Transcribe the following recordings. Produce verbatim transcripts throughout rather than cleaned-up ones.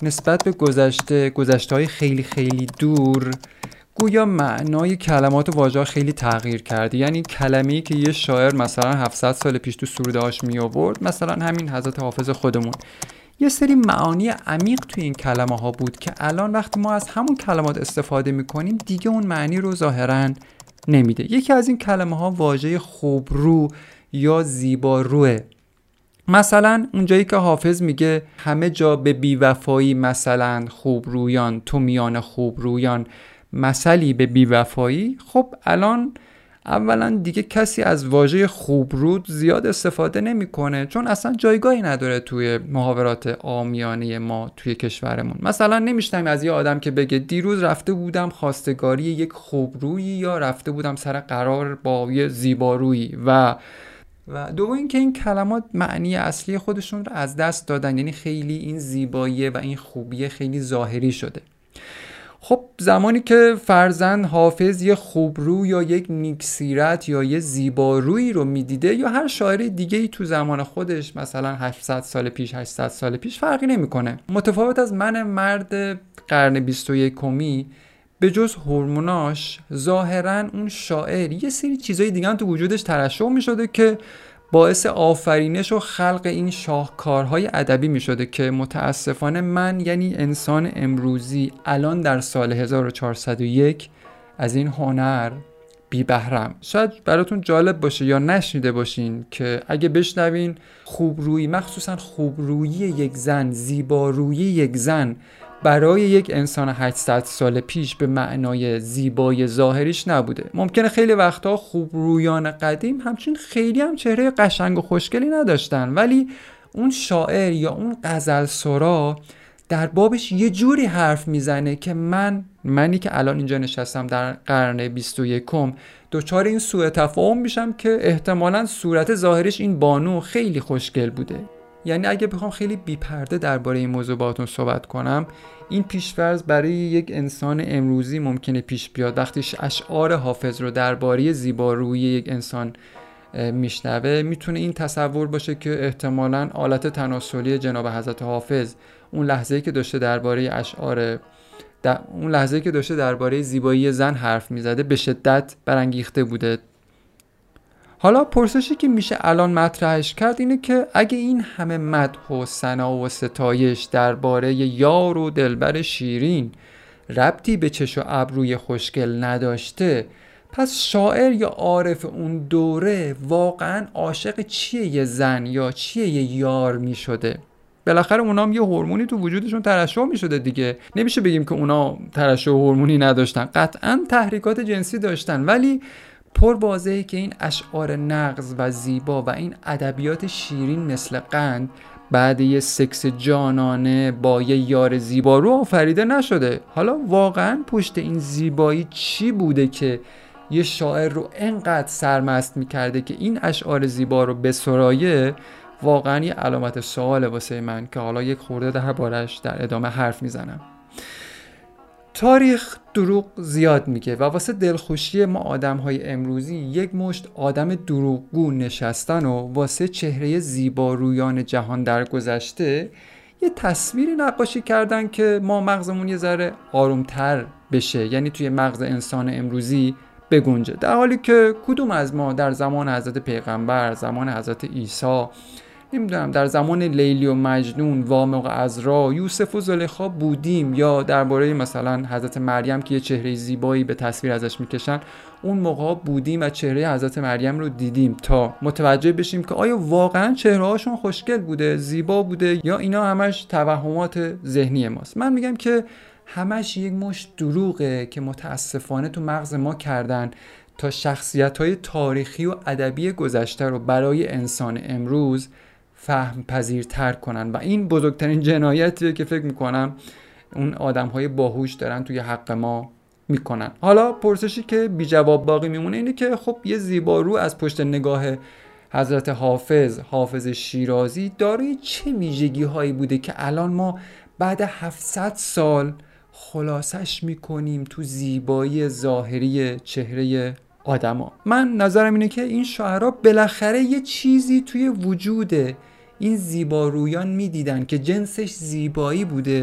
نسبت به گذشته، گذشته‌های خیلی خیلی دور، گویا معنای کلمات و واژه‌ها خیلی تغییر کرده. یعنی کلمه‌ای که یه شاعر مثلا هفتصد سال پیش تو سروده‌هاش می آورد، مثلا همین حضرت حافظ خودمون، یه سری معانی عمیق توی این کلمه ها بود که الان وقتی ما از همون کلمات استفاده میکنیم دیگه اون معنی رو ظاهراً نمیده. یکی از این کلمه ها واژه خوبرو یا زیباروه. مثلا اونجایی که حافظ میگه همه جا به بیوفایی مثلا خوبرویان، تو میان خوبرویان مثلی به بیوفایی، خب الان اولا دیگه کسی از واژه خوبرو زیاد استفاده نمیکنه، چون اصلا جایگاهی نداره توی محاورات عامیانه ما توی کشورمون. مثلا نمیشنم از یه آدم که بگه دیروز رفته بودم خواستگاری یک خوبرویی یا رفته بودم سر قرار با یه زیبارویی. و و دوم اینکه این کلمات معنی اصلی خودشون رو از دست دادن، یعنی خیلی این زیبایی و این خوبی خیلی ظاهری شده. خب زمانی که فرزند حافظ یه خوبرو یا یک نیکسیرت یا یه زیبارویی رو میدیده، یا هر شاعر دیگه‌ای تو زمان خودش مثلا هشتصد سال پیش هشتصد سال پیش، فرقی نمیکنه. متفاوت از من مرد قرن بیست و یکمی، به جز هورموناش ظاهراً اون شاعر یه سری چیزای دیگه هم تو وجودش ترشح میشده که باعث آفرینش و خلق این شاهکارهای ادبی می شده که متاسفانه من، یعنی انسان امروزی، الان در سال هزار و چهارصد و یک از این هنر بی بهرم. شاید براتون جالب باشه یا نشنیده باشین که اگه بشنوین خوبرویی، مخصوصا خوبرویی یک زن، زیبارویی یک زن برای یک انسان هشتصد سال پیش به معنای زیبای ظاهریش نبوده. ممکنه خیلی وقتا خوبرویان قدیم همچین خیلی هم چهره قشنگ و خوشگلی نداشتن، ولی اون شاعر یا اون غزل سرا در بابش یه جوری حرف میزنه که من منی که الان اینجا نشستم در قرن بیست و یکم دوچار این سوء تفاهم میشم که احتمالاً صورت ظاهرش این بانو خیلی خوشگل بوده. یعنی اگه بخوام خیلی بی‌پرده درباره این موضوع باهاتون صحبت کنم، این پیش‌فرض برای یک انسان امروزی ممکنه پیش بیاد وقتی اشعار حافظ رو درباره زیبارویی یک انسان میشنوه، میتونه این تصور باشه که احتمالاً آلت تناسلی جناب حضرت حافظ اون لحظه‌ای که داشته درباره اشعار در اون لحظه‌ای که داشته درباره زیبایی زن حرف میزده به شدت برانگیخته بوده. حالا پرسشی که میشه الان مطرحش کرد اینه که اگه این همه مدح و ثنا و ستایش درباره یار و دلبر شیرین ربطی به چش و ابروی خوشگل نداشته، پس شاعر یا عارف اون دوره واقعا عاشق چیه یه زن یا چیه یه یار میشده؟ بالاخره اونا هم یه هورمونی تو وجودشون ترشح میشده دیگه. نمیشه بگیم که اونا ترشح هورمونی نداشتن، قطعا تحریکات جنسی داشتن، ولی پر واضحه که این اشعار نغز و زیبا و این ادبیات شیرین مثل قند بعد یه سکس جانانه با یه یار زیبارو آفریده نشده. حالا واقعا پشت این زیبایی چی بوده که یه شاعر رو انقدر سرمست میکرده که این اشعار زیبا رو بسرایه؟ واقعا یه علامت سوال واسه من که حالا یک خورده دربارش در ادامه حرف میزنم. تاریخ دروغ زیاد میگه و واسه دلخوشی ما آدم‌های امروزی یک مشت آدم دروغگو نشستن و واسه چهره زیبارویان جهان در گذشته یه تصویری نقاشی کردن که ما مغزمون یه ذره آرومتر بشه، یعنی توی مغز انسان امروزی بگنجه، در حالی که کدوم از ما در زمان حضرت پیغمبر، زمان حضرت عیسی، نمیدونم در زمان لیلی و مجنون، وامق و عذرا، یوسف و زلیخا بودیم، یا درباره مثلا حضرت مریم که یه چهره زیبایی به تصویر ازش میکشن اون موقع بودیم و چهره حضرت مریم رو دیدیم تا متوجه بشیم که آیا واقعا چهره هاشون خوشگل بوده، زیبا بوده، یا اینا همش توهمات ذهنی ماست. من میگم که همش یک مشت دروغه که متاسفانه تو مغز ما کردن تا شخصیت‌های تاریخی و ادبی گذشته رو برای انسان امروز فهم پذیرتر کنن و این بزرگترین جنایتیه که فکر میکنم اون آدم‌های باهوش دارن توی حق ما میکنن. حالا پرسشی که بی جواب باقی میمونه اینه که خب یه زیبارو از پشت نگاه حضرت حافظ، حافظ شیرازی، دارای چه ویژگی هایی بوده که الان ما بعد هفتصد سال خلاصش میکنیم تو زیبایی ظاهری چهره آدما؟ من نظرم اینه که این شاعرها بالاخره یه چیزی توی وجود این زیبارویان میدیدن که جنسش زیبایی بوده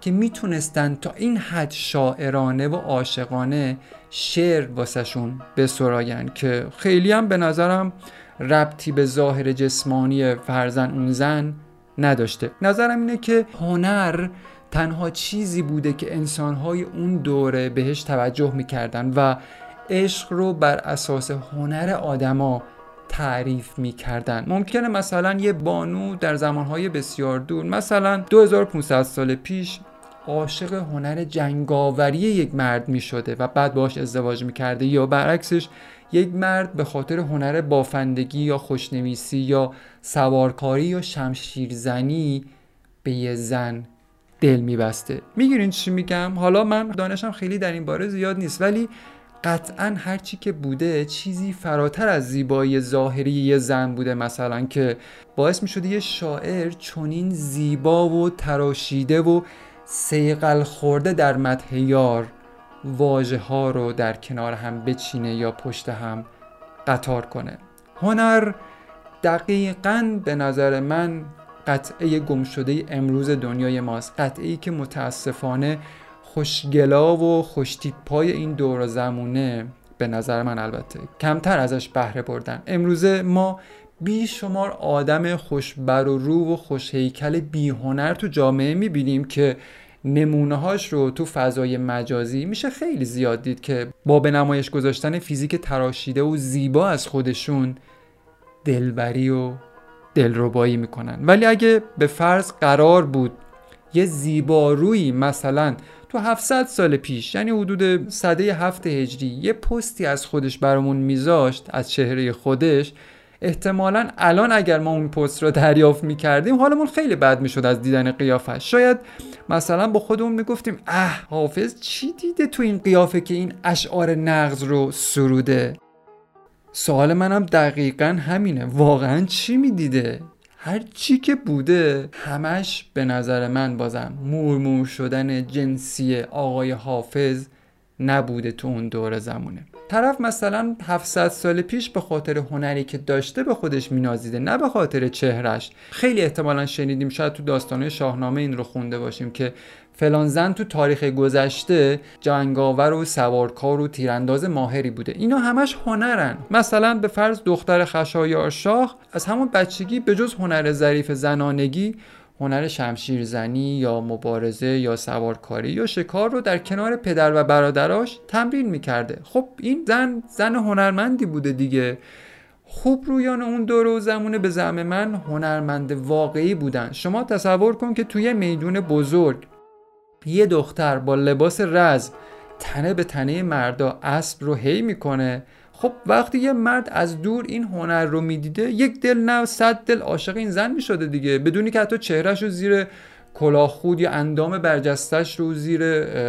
که میتونستن تا این حد شاعرانه و عاشقانه شعر واسهشون بسراین که خیلی هم به نظرم ربطی به ظاهر جسمانی فرزن اون زن نداشته. نظرم اینه که هنر تنها چیزی بوده که انسانهای اون دوره بهش توجه میکردن و عشق رو بر اساس هنر آدما تعریف میکردن. ممکنه مثلا یه بانو در زمانهای بسیار دور، مثلا دو هزار و پانصد سال پیش، عاشق هنر جنگاوری یک مرد میشده و بعد باهاش ازدواج میکرده، یا برعکسش یک مرد به خاطر هنر بافندگی یا خوشنویسی یا سوارکاری یا شمشیرزنی به یه زن دل میبسته. میگیرین چی میگم؟ حالا من دانشم خیلی در این باره زیاد نیست، ولی قطعاً هر چی که بوده چیزی فراتر از زیبایی ظاهری یه زن بوده، مثلا که باعث میشده یه شاعر چنین زیبا و تراشیده و صیقل خورده در مدح یار واژه ها رو در کنار هم بچینه یا پشت هم قطار کنه. هنر دقیقاً به نظر من قطعه گم شده امروز دنیای ماست، قطعه‌ای که متاسفانه خوشگلا و خوشتیپای این دور و زمونه به نظر من البته کمتر ازش بهره بردن. امروزه ما بیشمار آدم خوشبر و رو و خوش هیکل بی هنر تو جامعه میبینیم که نمونه هاش رو تو فضای مجازی میشه خیلی زیاد دید که با به نمایش گذاشتن فیزیک تراشیده و زیبا از خودشون دلبری و دلربایی میکنن. ولی اگه به فرض قرار بود یه زیبارویی مثلا تو هفتصد سال پیش، یعنی حدود سده هفت هجری، یه پستی از خودش برامون میذاشت از چهره خودش، احتمالاً الان اگر ما اون پست رو دریافت میکردیم حالمون خیلی بد میشد از دیدن قیافش. شاید مثلا با خودمون میگفتیم اه حافظ چی دیده تو این قیافه که این اشعار نغز رو سروده. سوال منم دقیقاً همینه، واقعاً چی میدیده؟ هر چی که بوده همش به نظر من بازم مورمور شدن جنسی آقای حافظ نبوده تو اون دور زمونه. طرف مثلا هفتصد سال پیش به خاطر هنری که داشته به خودش مینازیده، نه به خاطر چهرش. خیلی احتمالاً شنیدیم، شاید تو داستان‌های شاهنامه این رو خونده باشیم که فلان زن تو تاریخ گذشته جنگاور و سوارکار و تیرانداز ماهری بوده. اینا همش هنرن. مثلا به فرض دختر خشایار شاه از همون بچگی به جز هنر ظریف زنانگی، هنر شمشیرزنی یا مبارزه یا سوارکاری یا شکار رو در کنار پدر و برادراش تمرین میکرده. خب این زن زن هنرمندی بوده دیگه. خوب رویان اون دور و زمونه به زعم من هنرمند واقعی بودن. شما تصور کن که توی میدون بزرگ یه دختر با لباس رز تنه به تنه مردا اسب رو هی میکنه. خب وقتی یه مرد از دور این هنر رو میدیده، یک دل نه صد دل عاشق این زن میشده دیگه، بدونی که حتی چهرهش رو زیر کلاه خود یا اندام برجستش رو زیر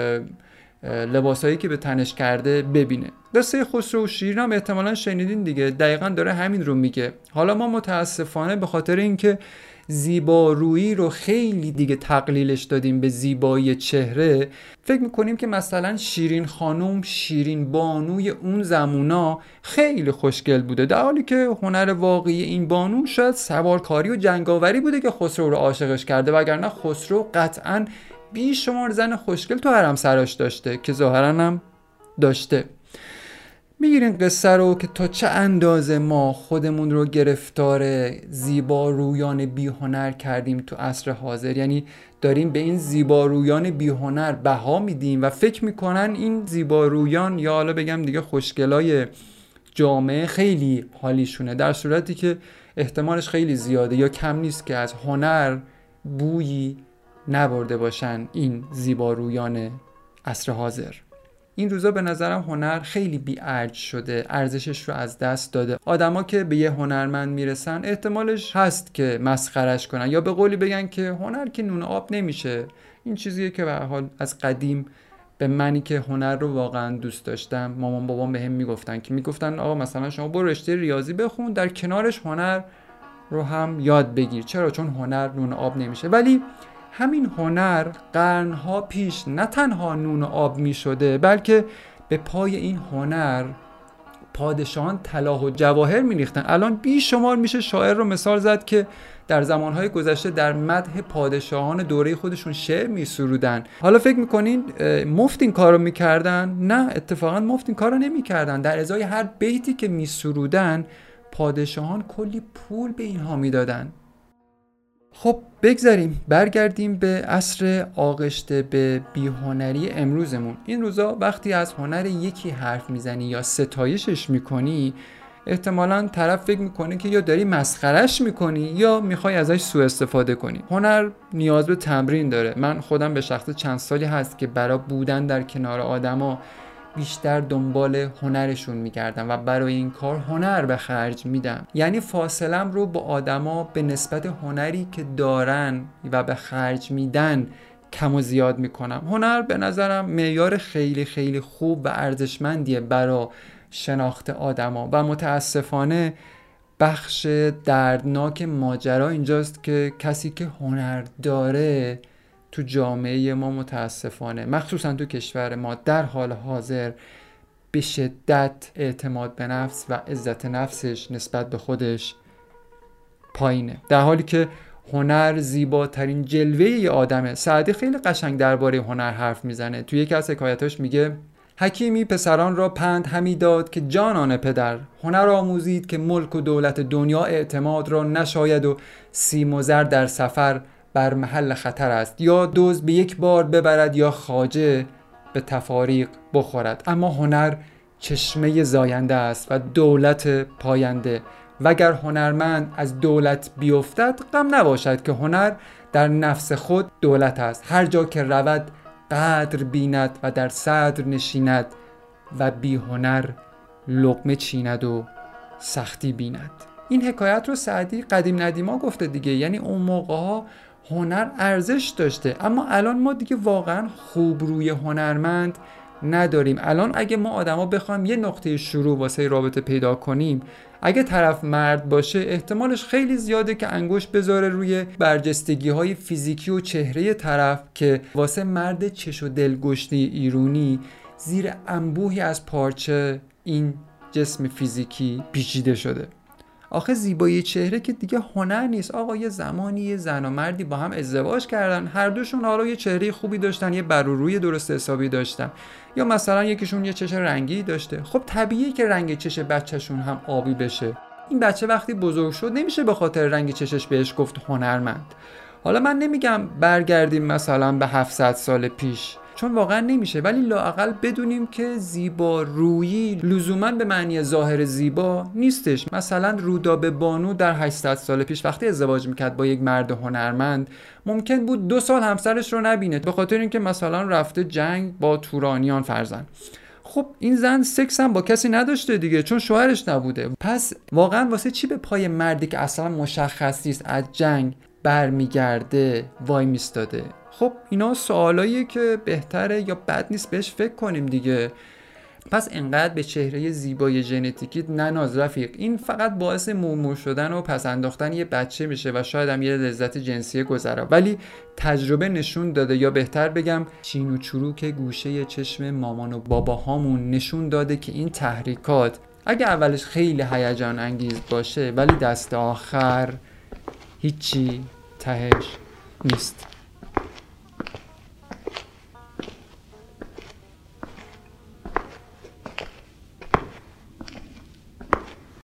لباسایی که به تنش کرده ببینه. قصه خسرو و شیرین هم احتمالاً شنیدین دیگه، دقیقاً داره همین رو میگه. حالا ما متاسفانه به خاطر اینکه زیبارویی رو خیلی دیگه تقلیلش دادیم به زیبایی چهره، فکر میکنیم که مثلا شیرین خانم، شیرین بانوی اون زمونا خیلی خوشگل بوده، در حالی که هنر واقعی این بانو شاید سوارکاری و جنگاوری بوده که خسرو رو عاشقش کرده، وگرنه خسرو قطعاً بیشمار زن خوشگل تو حرم سراش داشته که ظاهراً هم داشته. میگیرین قصه رو که تا چه اندازه ما خودمون رو گرفتار زیبارویان بی‌هنر کردیم تو عصر حاضر. یعنی داریم به این زیبارویان بی‌هنر بها میدیم و فکر میکنن این زیبارویان یا حالا بگم دیگه خوشگلای جامعه خیلی حالیشونه، در صورتی که احتمالش خیلی زیاده یا کم نیست که از هنر بویی نبرده باشن این زیبارویان عصر حاضر. این روزا به نظرم هنر خیلی بی‌ارج شده، ارزشش رو از دست داده. آدما که به یه هنرمند میرسن احتمالش هست که مسخرش کنن یا به قولی بگن که هنر که نون آب نمیشه. این چیزیه که به هر حال از قدیم به منی که هنر رو واقعا دوست داشتم مامان بابام بهم میگفتن که میگفتن آقا مثلا شما برو رشته ریاضی بخون، در کنارش هنر رو هم یاد بگیر. چرا؟ چون هنر نون آب نمیشه. ولی همین هنر قرنها پیش نه تنها نون آب می شده، بلکه به پای این هنر پادشاهان طلا و جواهر میریختن. الان بیشمار میشه شاعر رو مثال زد که در زمانهای گذشته در مدح پادشاهان دوره خودشون شعر میسرودن. حالا فکر میکنین مفت این کارو میکردن؟ نه، اتفاقا مفت این کارو نمیکردن. در ازای هر بیتی که میسرودن پادشاهان کلی پول به اینها میدادن. خب بگذاریم برگردیم به عصر آغشته به بی‌هنری امروزمون. این روزا وقتی از هنر یکی حرف میزنی یا ستایشش میکنی، احتمالاً طرف فکر میکنه که یا داری مسخرش میکنی یا میخوای ازش سوء استفاده کنی. هنر نیاز به تمرین داره. من خودم به شخص چند سالی هست که برای بودن در کنار آدما بیشتر دنبال هنرشون میگردم و برای این کار هنر به خرج میدم. یعنی فاصلم رو با آدما به نسبت هنری که دارن و به خرج میدن کم و زیاد میکنم. هنر به نظرم معیار خیلی خیلی خوب و ارزشمندیه برای شناخت آدما و متاسفانه بخش دردناک ماجرا اینجاست که کسی که هنر داره تو جامعه ما متاسفانه مخصوصا تو کشور ما در حال حاضر به شدت اعتماد به نفس و عزت نفسش نسبت به خودش پایینه، در حالی که هنر زیباترین جلوه ی آدمه. سعدی خیلی قشنگ درباره هنر حرف میزنه. توی یکی از حکایاتاش میگه حکیمی پسران را پند همی داد که جانان پدر، هنر آموزید که ملک و دولت دنیا اعتماد را نشاید و سیم و زر در سفر بر محل خطر است. یا دزد به یک بار ببرد یا خواجه به تفاریق بخورد. اما هنر چشمه زاینده است و دولت پاینده، وگر هنرمند از دولت بیفتد غم نباشد که هنر در نفس خود دولت است. هر جا که رود قدر بیند و در صدر نشیند و بی هنر لقمه چیند و سختی بیند. این حکایت رو سعدی قدیم ندیما گفته دیگه. یعنی اون موقع ها هنر ارزش داشته، اما الان ما دیگه واقعا خوب روی هنرمند نداریم. الان اگه ما آدما بخوایم یه نقطه شروع واسه رابطه پیدا کنیم، اگه طرف مرد باشه احتمالش خیلی زیاده که انگشت بذاره روی برجستگی های فیزیکی و چهره طرف که واسه مرد چش و دلگشته ایرانی زیر انبوهی از پارچه این جسم فیزیکی پیچیده شده. آخه زیبایی چهره که دیگه هنر نیست آقا. یه زمانی یه زن و مردی با هم ازدواج کردن، هر دوشون حالا یه چهره خوبی داشتن، یه بر و روی درست حسابی داشتن، یا مثلا یکیشون یه چش رنگی داشته. خب طبیعیه که رنگ چش بچه‌شون هم آبی بشه. این بچه وقتی بزرگ شد نمیشه به خاطر رنگ چشش بهش گفت هنرمند. حالا من نمیگم برگردیم مثلا به هفتصد سال پیش، چون واقعا نمیشه، ولی لااقل بدونیم که زیبا رویی لزوما به معنی ظاهر زیبا نیستش. مثلا رودابه بانو در هشتصد سال پیش وقتی ازدواج میکرد با یک مرد هنرمند ممکن بود دو سال همسرش رو نبینه به خاطر اینکه مثلا رفته جنگ با تورانیان فرزند. خب این زن سکس هم با کسی نداشته دیگه، چون شوهرش نبوده. پس واقعا واسه چی به پای مردی که اصلا مشخص نیست از جنگ برمیگرده وای میستاده؟ خب اینا سوالاییه که بهتره یا بد نیست بهش فکر کنیم دیگه. پس انقدر به چهره زیبای ژنتیکی نناز رفیق. این فقط باعث مومو شدن و پس انداختن یه بچه میشه و شاید هم یه لذت جنسی گذرا، ولی تجربه نشون داده، یا بهتر بگم چین و چروک گوشه چشم مامان و باباهامون نشون داده که این تحریکات اگه اولش خیلی هیجان انگیز باشه ولی دست آخر هیچی تهش نیست.